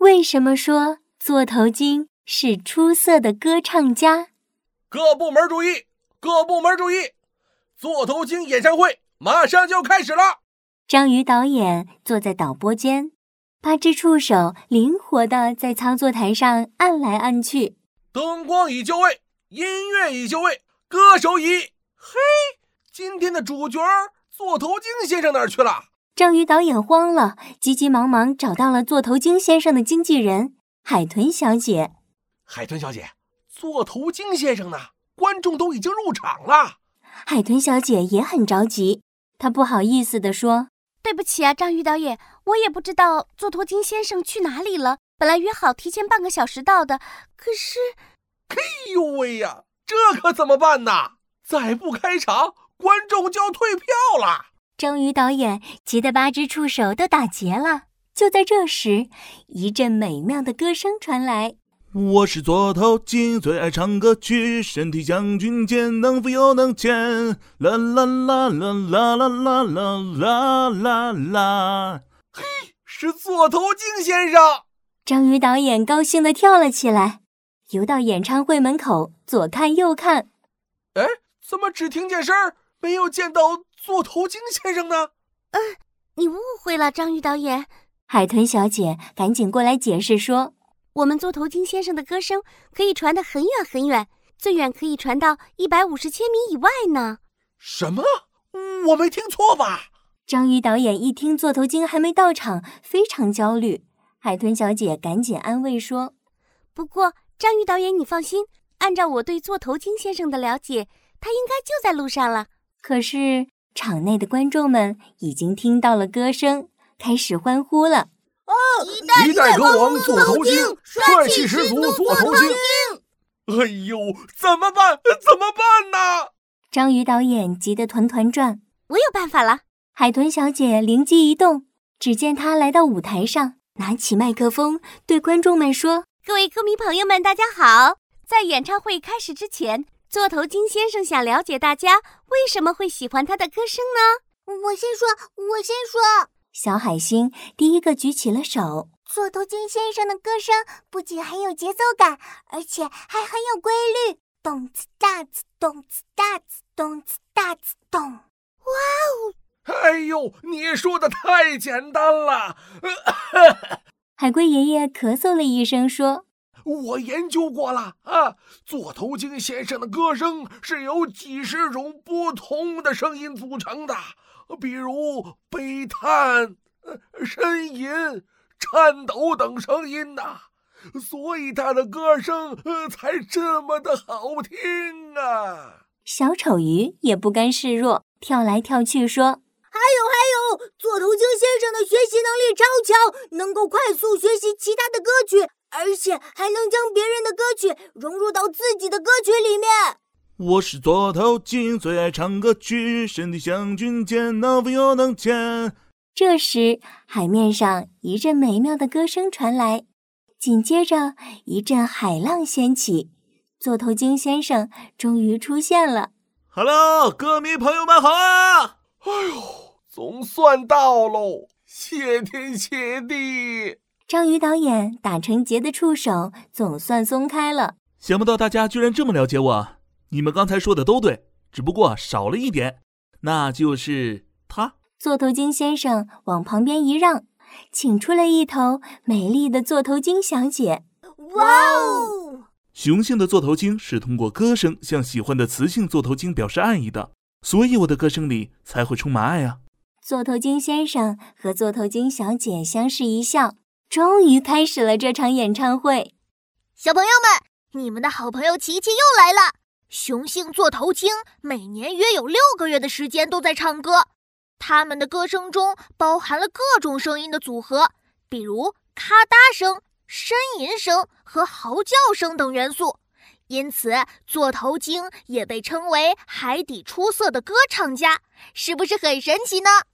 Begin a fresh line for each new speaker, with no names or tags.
为什么说座头鲸是出色的歌唱家？
各部门注意，各部门注意，座头鲸演唱会马上就要开始了。
章鱼导演坐在导播间，8只触手灵活地在操作台上按来按去。
灯光已就位，音乐已就位，歌手已……嘿，今天的主角座头鲸先生哪儿去了？
章鱼导演慌了，急急忙忙找到了座头鲸先生的经纪人海豚小姐。
海豚小姐，座头鲸先生呢？观众都已经入场了。
海豚小姐也很着急，她不好意思地说：
对不起啊，章鱼导演，我也不知道座头鲸先生去哪里了。本来约好提前半个小时到的，可是……
哎呦喂呀，这可怎么办呢？再不开场，观众就要退票了。
章鱼导演急得8只触手都打结了。就在这时，一阵美妙的歌声传来。
我是座头鲸，最爱唱歌曲，身体像军舰，能飞又能潜，啦啦啦啦啦啦啦啦啦啦。
嘿，是座头鲸先生！
章鱼导演高兴地跳了起来，游到演唱会门口，左看右看。
哎，怎么只听见声儿，没有见到座头鲸先生呢？
你误会了，章鱼导演。
海豚小姐赶紧过来解释说，
我们座头鲸先生的歌声可以传得很远很远，最远可以传到150千米以外呢。
什么？我没听错吧？
章鱼导演一听座头鲸还没到场，非常焦虑。海豚小姐赶紧安慰说，
不过章鱼导演你放心，按照我对座头鲸先生的了解，他应该就在路上了。
可是场内的观众们已经听到了歌声，开始欢呼了。
一代歌王座头鲸，帅气十足座头鲸。哎呦，怎么办？怎么办呢？
章鱼导演急得团团转。
我有办法了。
海豚小姐灵机一动，只见她来到舞台上，拿起麦克风对观众们说，
各位歌迷朋友们大家好，在演唱会开始之前，座头鲸先生想了解大家为什么会喜欢他的歌声呢？
我先说。
小海星第一个举起了手。
座头鲸先生的歌声不仅很有节奏感，而且还很有规律，咚次大次，咚次大次，咚次大次，咚。哇哦！
哎呦，你说的太简单了。
海龟爷爷咳嗽了一声说，
我研究过了啊，座头鲸先生的歌声是由几十种不同的声音组成的，比如悲叹、呻吟、颤抖等声音呐，所以他的歌声才这么的好听啊。
小丑鱼也不甘示弱，跳来跳去说，
还有，座头鲸先生的学习能力超强，能够快速学习其他的歌曲，而且还能将别人的歌曲融入到自己的歌曲里面。
我是座头鲸，最爱唱歌曲，身体像军舰，能飞又能潜。
这时海面上一阵美妙的歌声传来，紧接着一阵海浪掀起，座头鲸先生终于出现了。
Hello， 歌迷朋友们好啊！
哎呦，总算到喽，谢天谢地。
章鱼导演打成结的触手总算松开了。
想不到大家居然这么了解我，你们刚才说的都对，只不过少了一点，那就是他。
座头鲸先生往旁边一让，请出了一头美丽的座头鲸小姐。
哇哦！
雄性的座头鲸是通过歌声向喜欢的雌性座头鲸表示爱意的，所以我的歌声里才会充满爱啊。
座头鲸先生和座头鲸小姐相视一笑，终于开始了这场演唱会。
小朋友们，你们的好朋友琪琪又来了。雄性座头鲸每年约有6个月的时间都在唱歌，他们的歌声中包含了各种声音的组合，比如咔嗒声、呻吟声和嚎叫声等元素，因此座头鲸也被称为海底出色的歌唱家，是不是很神奇呢？